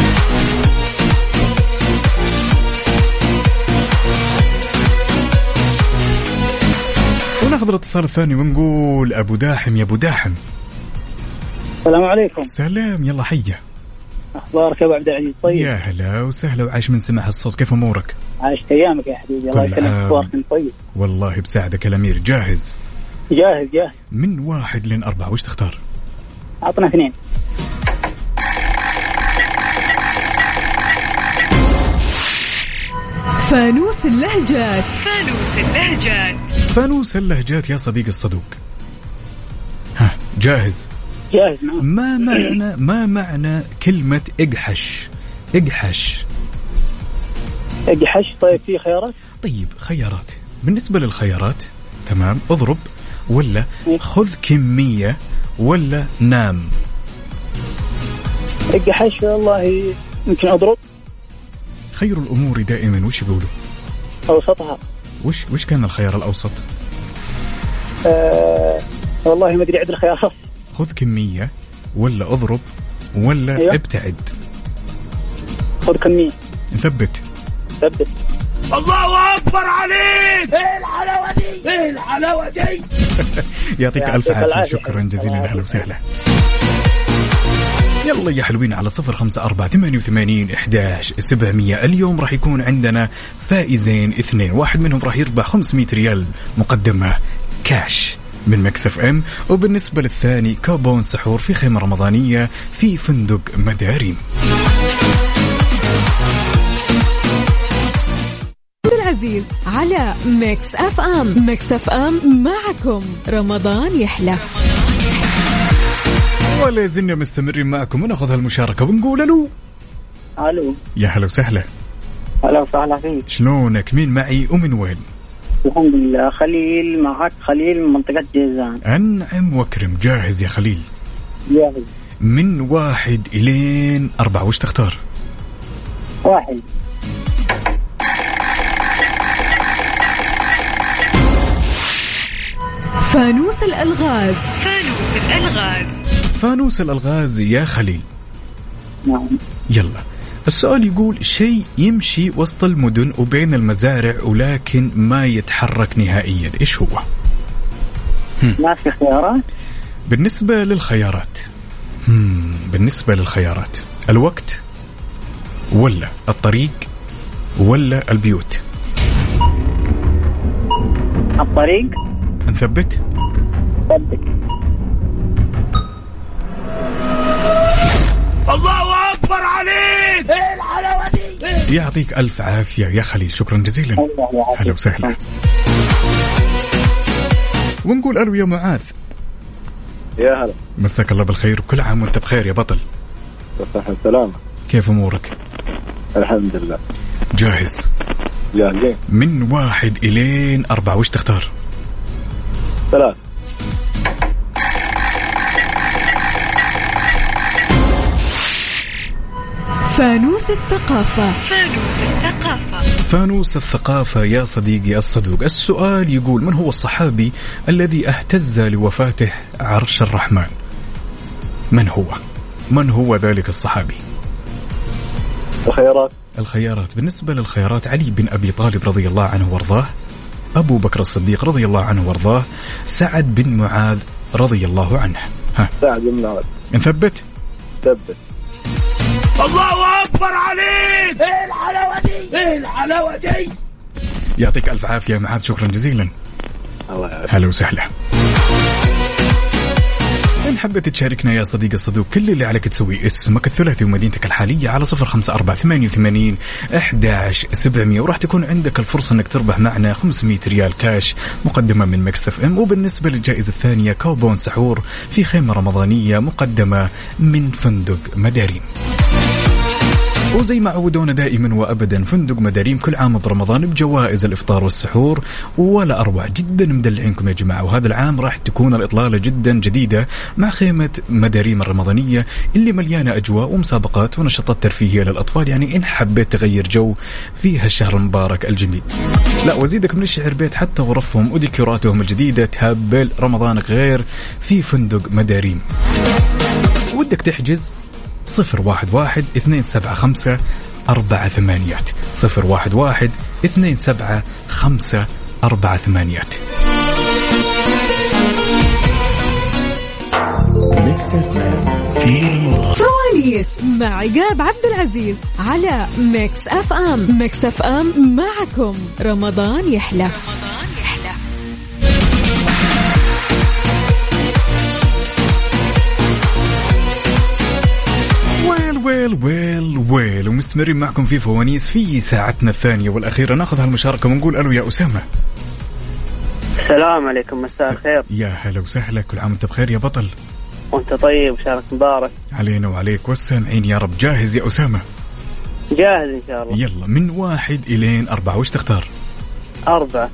وناخذ الاتصال الثاني ونقول أبو داحم. يا أبو داحم. السلام عليكم. سلام. يلا حيا. أخبارك يا أبو عبد العزيز؟ طيب. يا هلا وسهلا وعايش من سماع الصوت. كيف أمورك؟ عايشت أيامك يا حبيبي. الله يسلمك. أخبارك طيب؟ والله بساعدك الأمير. جاهز؟ جاهز جاهز. من واحد لين أربعة وش تختار؟ أعطنا اثنين. فانوس اللهجات. فانوس اللهجات. فانوس اللهجات يا صديق الصدوق. ها جاهز؟ جاهز. نعم. ما معنى ما معنى كلمة اقحش؟ اقحش اقحش. طيب في خيارات؟ طيب خيارات. بالنسبة للخيارات تمام، اضرب ولا خذ كمية ولا نام. اقحش والله يمكن اضرب. خير الامور دائما وش يقولوا؟ اوسطها. وش وش كان الخيار الاوسط؟ أه والله ما ادري عد الخيارات. خذ كمية ولا اضرب ولا أيوة. ابتعد؟ خذ كمية. نثبت. ثبت. الله أكبر عليك. ايه الحلاوة دي، ايه الحلاوة دي. يعطيك ألف عافية، شكرا جزيلا، أهلا وسهلا. يلا يا حلوين، على صفر خمسة أربعة ثمانية وثمانين إحداش سبعمية. اليوم راح يكون عندنا فائزين اثنين، واحد منهم راح يربح خمسمية ريال مقدمة كاش من ميكس اف ام، وبالنسبة للثاني كوبون سحور في خيمة رمضانية في فندق مداريم. العزيز على ميكس اف ام. ميكس اف ام معكم رمضان يحلى. ولا زلنا مستمرين معكم وناخذ هالمشاركة ونقول الو. الو. يا هلا وسهلا. هلا وسهلا فيك. شلونك؟ مين معي ومن وين؟ الحمد لله. خليل معك، خليل من منطقة جيزان. أنعم وكرم. جاهز يا خليل؟ جاهز. من واحد إلين أربعة وش تختار؟ واحد. فانوس الألغاز. فانوس الألغاز. فانوس الألغاز يا خليل. نعم. يلا السؤال يقول شيء يمشي وسط المدن وبين المزارع ولكن ما يتحرك نهائيا، إيش هو؟ ما في خيارات؟ بالنسبة للخيارات هم. بالنسبة للخيارات الوقت ولا الطريق ولا البيوت؟ الطريق. نثبت؟ ثبت. الله أكبر عليك. ايه الحلاوة دي. يعطيك ألف عافية يا خليل، شكرا جزيلا، هلا وسهلا. ونقول ألو يا معاذ. يا هلا. مساك الله بالخير، وكل عام وانت بخير يا بطل. صحة السلامة. كيف أمورك؟ الحمد لله. جاهز؟ جاهزين. من واحد إلين أربعة وش تختار؟ ثلاث. فانوس الثقافة. فانوس الثقافة. فانوس الثقافة يا صديقي الصدوق. السؤال يقول من هو الصحابي الذي اهتز لوفاته عرش الرحمن؟ من هو؟ من هو ذلك الصحابي؟ الخيارات. الخيارات بالنسبة للخيارات: علي بن أبي طالب رضي الله عنه وارضاه، أبو بكر الصديق رضي الله عنه وارضاه، سعد بن معاذ رضي الله عنه. ها سعد بن معاذ. نثبت؟ ثبت. الله أكبر عليك. ايه الحلاوة دي، ايه الحلاوة دي. يعطيك ألف عافية يا معاذ، شكرا جزيلا. الله يعافيك. هلا وسهلا. إن حبيت تشاركنا يا صديق الصدوق، كل اللي عليك تسوي اسمك الثلاثي ومدينتك الحالية على صفر خمسة أربعة ثمانية وثمانين إحداش سبعمية، وراح تكون عندك الفرصة أنك تربح معنا خمسمية ريال كاش مقدمة من ميكس اف ام. وبالنسبة للجائزة الثانية كوبون سحور في خيمة رمضانية مقدمة من فندق مداريم. وزي ما عودونا دائما وابدا فندق مداريم كل عام برمضان بجوائز الافطار والسحور ولا اروع. جدا مدلعينكم يا جماعه، وهذا العام راح تكون الاطلاله جدا جديده مع خيمه مداريم الرمضانيه اللي مليانه اجواء ومسابقات ونشاطات ترفيهيه للاطفال، يعني ان حبيت تغير جو في هالشهر المبارك الجميل. لا وزيدك من الشعر بيت حتى غرفهم وديكوراتهم الجديده تهبل رمضانك غير في فندق مداريم. ودك تحجز صفر واحد واحد اثنين سبعة خمسة أربعة ثمانيات، صفر واحد واحد اثنين سبعة خمسة أربعة ثمانيات. فوانيس مع عقاب عبد العزيز على ميكس اف ام. ميكس اف ام معكم رمضان يحلى. ويل ويل ويل ومستمرين معكم في فوانيس في ساعتنا الثانية والأخيرة. ناخذ هالمشاركة ونقول ألو يا أسامة. السلام عليكم، مساء الخير. يا هلا وسهلا، كل عام وانت بخير يا بطل. وانت طيب، شهرك مبارك علينا وعليك والسامعين يا رب. جاهز يا أسامة؟ جاهز إن شاء الله. يلا من واحد إلين أربعة وش تختار؟ أربعة.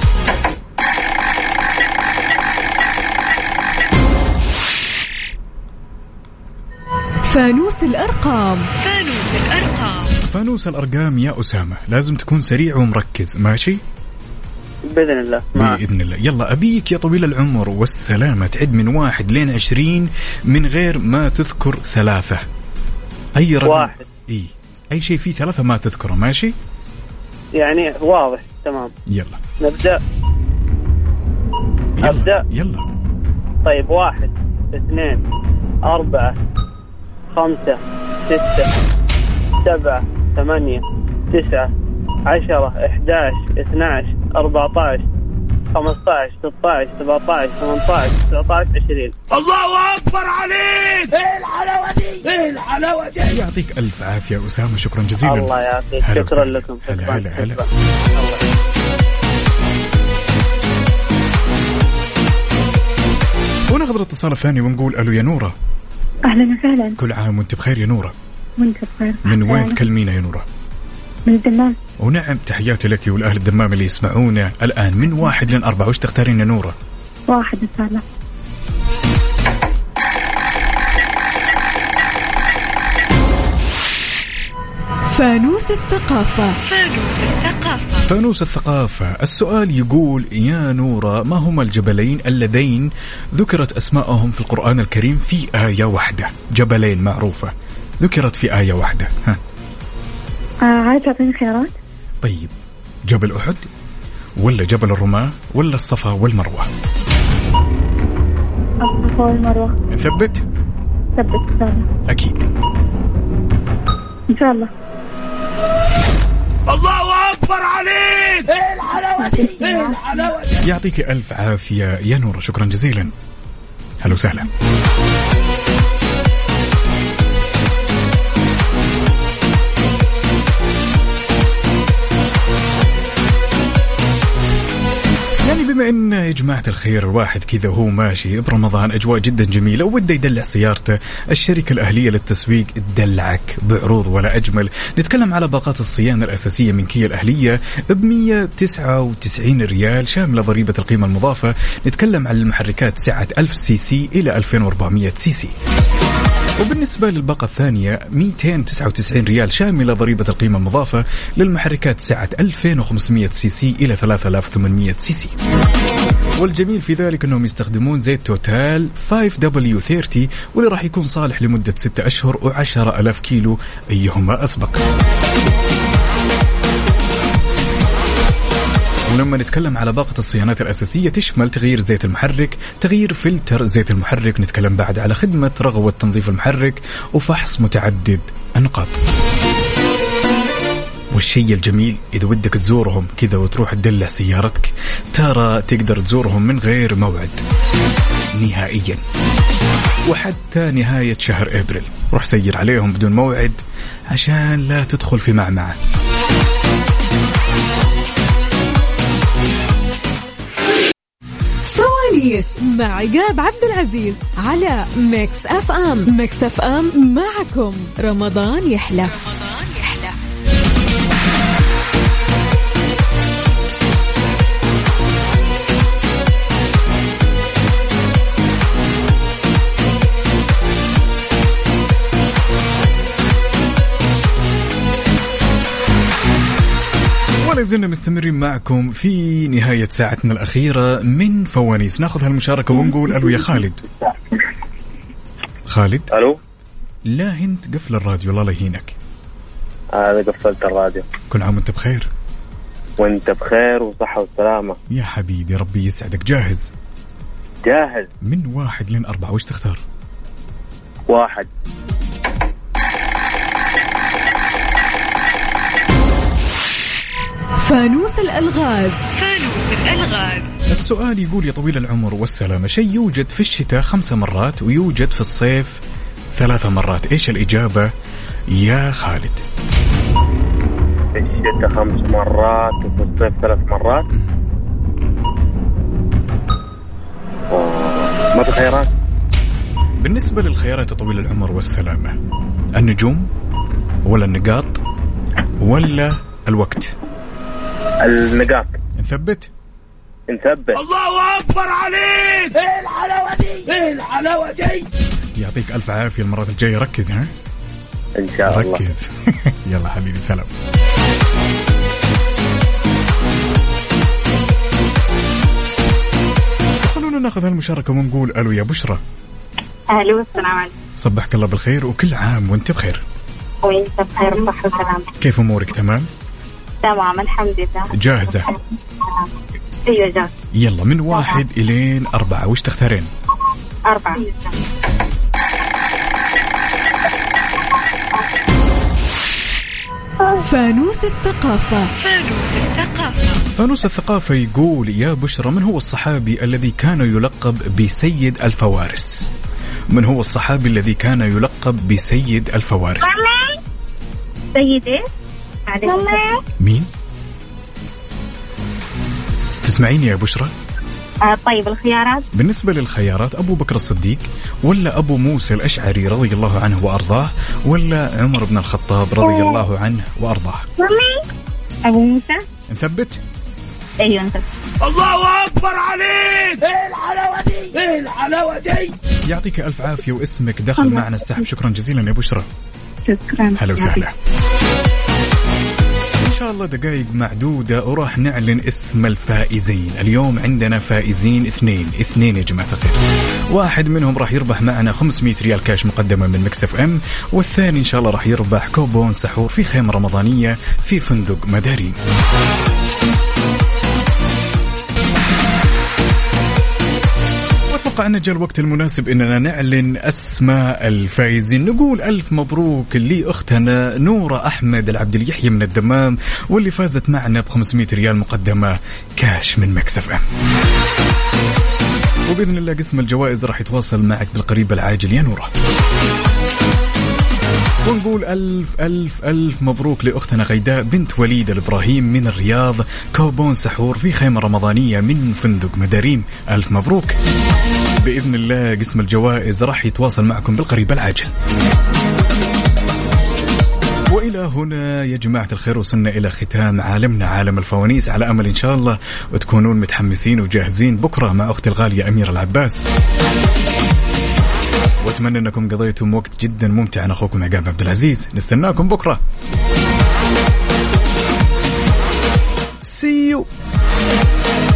فانوس الأرقام. فانوس الأرقام. فانوس الأرقام يا أسامة لازم تكون سريع ومركز، ماشي؟ بإذن الله. بإذن الله. يلا أبيك يا طويل العمر والسلامة تعد من واحد لين عشرين من غير ما تذكر ثلاثة. أي رقم؟ واحد. إيه أي شيء فيه ثلاثة ما تذكره. ماشي يعني واضح تمام. يلا نبدأ. يلا. أبدأ. يلا. طيب واحد اثنين أربعة خمسة ستة سبعة ثمانية تسعة عشرة إحداش اثناش أربعتاش خمستاش ستاش سبعتاش ثمانتاش تسعتاش عشرين. الله أكبر عليك. إيه الحلاوة دي؟ إيه الحلاوة دي؟ يعطيك ألف عافية أسامة. شكرا جزيلا. الله يعطيك. شكرا لكم. هلا هلا هلا. وناخذ الاتصال الثاني ونقول ألو يا نورة. أهلا وسهلا. كل عام وانت بخير يا نورة. وانت بخير. من وين تكلمينا يا نورة؟ من الدمام. ونعم تحياتي لك والأهل الدمام اللي يسمعونا الآن. من واحد لين أربعة وش تختارين يا نورة؟ واحد إن شاء الله. فانوس الثقافة. فانوس الثقافة. فانوس الثقافة. السؤال يقول يا نورة ما هما الجبلين اللذين ذكرت أسماءهم في القرآن الكريم في آية واحدة؟ جبلين معروفة ذكرت في آية واحدة. ها آه عايز تعطيني خيارات؟ طيب جبل أحد ولا جبل الرماة ولا الصفا والمروة؟ الصفا والمروة. نثبت؟ ثبت إن شاء الله. أكيد إن شاء الله. الله أكبر عليك. إيه الحلاوة دي؟ إيه الحلاوة دي؟ يعطيك ألف عافية يا نورة. شكرا جزيلا. هلا وسهلا. بما إن يا جماعة الخير الواحد كذا وهو ماشي برمضان أجواء جدا جميلة وبده يدلع سيارته، الشركة الأهلية للتسويق تدلعك بعروض ولا أجمل. نتكلم على باقات الصيانة الأساسية من كيا الأهلية بمية وتسعة وتسعين ريال شاملة ضريبة القيمة المضافة. نتكلم على المحركات سعة ألف سي سي إلى ألفين وأربعمية سي سي. وبالنسبة للباقة الثانية مئتين وتسعة وتسعين ريال شاملة ضريبة القيمة المضافة للمحركات سعة ألفين وخمسمية سي سي إلى ثلاثة آلاف وثمانمية سي سي. والجميل في ذلك أنهم يستخدمون زيت توتال خمسة دبليو ثلاثين واللي راح يكون صالح لمدة ستة أشهر وعشرة ألاف كيلو أيهما أسبق. ولما نتكلم على باقة الصيانات الأساسية تشمل تغيير زيت المحرك، تغيير فلتر زيت المحرك، نتكلم بعد على خدمة رغوة تنظيف المحرك وفحص متعدد النقاط. والشيء الجميل إذا ودك تزورهم كذا وتروح تدلع سيارتك ترى تقدر تزورهم من غير موعد نهائيا، وحتى نهاية شهر أبريل روح سير عليهم بدون موعد عشان لا تدخل في معمعة. فوانيس مع عقاب عبد العزيز على ميكس اف ام. ميكس اف ام معكم رمضان يحلى. لازلنا مستمرين معكم في نهاية ساعتنا الأخيرة من فوانيس. ناخذ هالمشاركة ونقول ألو يا خالد. خالد ألو. لا هنت قفل الراديو الله لا يهينك. أنا قفلت الراديو. كل عام وانت بخير. وانت بخير وصحة والسلامة يا حبيبي ربي يسعدك. جاهز؟ جاهز. من واحد لين أربعة وش تختار؟ واحد. فانوس الألغاز. فانوس الألغاز. السؤال يقول يا طويل العمر والسلامة شيء يوجد في الشتاء خمس مرات ويوجد في الصيف ثلاث مرات، إيش الإجابة يا خالد؟ في الشتاء خمس مرات وفي الصيف ثلاث مرات. ما في خيارات؟ بالنسبة للخيارات يا طويل العمر والسلامة النجوم ولا النقاط ولا الوقت؟ النقاط. نثبت؟ نثبت. الله أكبر عليك. إيه الحلاوة دي؟ إيه الحلاوة دي؟ يعطيك ألف عافية. المرات الجاية ركز ها؟ إن شاء الله. ركز. يلا حبيبي سلام. خلونا ناخذ هالمشاركة ونقول ألو يا بشرى. أهلا والسلام عليكم. صبحك الله بالخير وكل عام وانت بخير. وانت بخير وصحة وسلامة. كيف أمورك؟ تمام تمام الحمد لله. جاهزة؟ ايوه جاهزة. يلا من واحد إلين أربعة وش تختارين؟ أربعة. فانوس الثقافة. فانوس الثقافة. فانوس الثقافة يقول يا بشرى من هو الصحابي الذي كان يلقب بسيد الفوارس؟ من هو الصحابي الذي كان يلقب بسيد الفوارس؟ سيد ايه؟ مين؟ تسمعيني يا بشرى؟ آه طيب الخيارات. بالنسبة للخيارات أبو بكر الصديق ولا أبو موسى الأشعري رضي الله عنه وأرضاه ولا عمر بن الخطاب رضي الله عنه وأرضاه؟ أبو موسى. نثبت؟ أيوة نثبت. الله أكبر عليك. إيه الحلاوة دي؟ إيه الحلاوة دي؟ يعطيك ألف عافية واسمك دخل معنا السحب. شكرا جزيلا يا بشرى. شكرا. هلا وسهلا. إن شاء الله دقائق معدودة وراح نعلن اسم الفائزين. اليوم عندنا فائزين اثنين اثنين يا جماعة الخير. واحد منهم راح يربح معنا خمسمية ريال كاش مقدمة من ميكس اف ام، والثاني إن شاء الله راح يربح كوبون سحور في خيمة رمضانية في فندق مدارين. أتوقع أن جاء الوقت المناسب إننا نعلن أسماء الفائزين. نقول ألف مبروك لأختنا نورة أحمد العبد اليحيى من الدمام، واللي فازت معنا بخمسمية ريال مقدمة كاش من ميكس اف ام. وبإذن الله قسم الجوائز راح يتواصل معك بالقريب العاجل يا نورة. ونقول ألف ألف ألف مبروك لأختنا غيداء بنت وليد الإبراهيم من الرياض، كوبون سحور في خيمة رمضانية من فندق مدارين. ألف مبروك. بإذن الله قسم الجوائز راح يتواصل معكم بالقريب العاجل. وإلى هنا يا جماعة الخير وصلنا إلى ختام عالمنا عالم الفوانيس، على أمل إن شاء الله وتكونون متحمسين وجاهزين بكرة مع أختي الغالية أميرة العباس. وأتمنى أنكم قضيتم وقت جدا ممتع. أنا أخوكم عقاب عبد العزيز، نستناكم بكرة. See you.